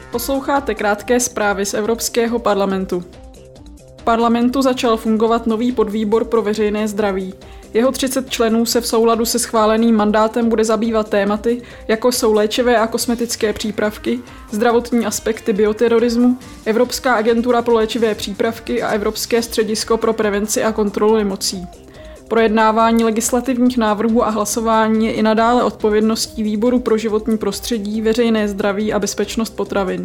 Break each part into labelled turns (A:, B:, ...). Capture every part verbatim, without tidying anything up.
A: Posloucháte krátké zprávy z Evropského parlamentu. V parlamentu začal fungovat nový podvýbor pro veřejné zdraví. Jeho třicet členů se v souladu se schváleným mandátem bude zabývat tématy, jako jsou léčivé a kosmetické přípravky, zdravotní aspekty bioterorismu, Evropská agentura pro léčivé přípravky a Evropské středisko pro prevenci a kontrolu nemocí. Projednávání legislativních návrhů a hlasování je i nadále odpovědností Výboru pro životní prostředí, veřejné zdraví a bezpečnost potravin.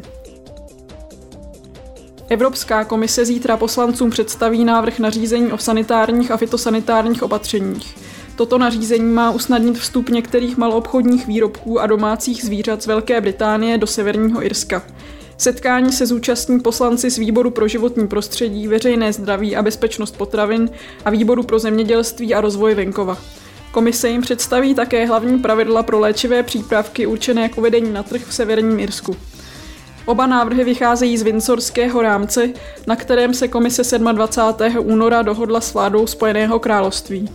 A: Evropská komise zítra poslancům představí návrh nařízení o sanitárních a fytosanitárních opatřeních. Toto nařízení má usnadnit vstup některých maloobchodních výrobků a domácích zvířat z Velké Británie do Severního Irska. Setkání se zúčastní poslanci z Výboru pro životní prostředí, veřejné zdraví a bezpečnost potravin a Výboru pro zemědělství a rozvoj venkova. Komise jim představí také hlavní pravidla pro léčivé přípravky určené k uvedení na trh v Severním Irsku. Oba návrhy vycházejí z Windsorského rámce, na kterém se komise dvacátého sedmého února dohodla s vládou Spojeného království.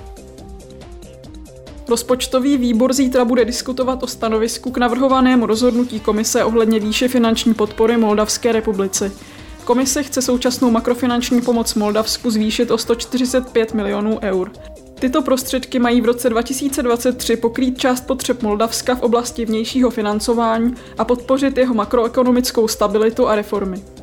A: Rozpočtový výbor zítra bude diskutovat o stanovisku k navrhovanému rozhodnutí komise ohledně výše finanční podpory Moldavské republice. Komise chce současnou makrofinanční pomoc Moldavsku zvýšit o sto čtyřicet pět milionů eur. Tyto prostředky mají v roce dva tisíce dvacet tři pokrýt část potřeb Moldavska v oblasti vnějšího financování a podpořit jeho makroekonomickou stabilitu a reformy.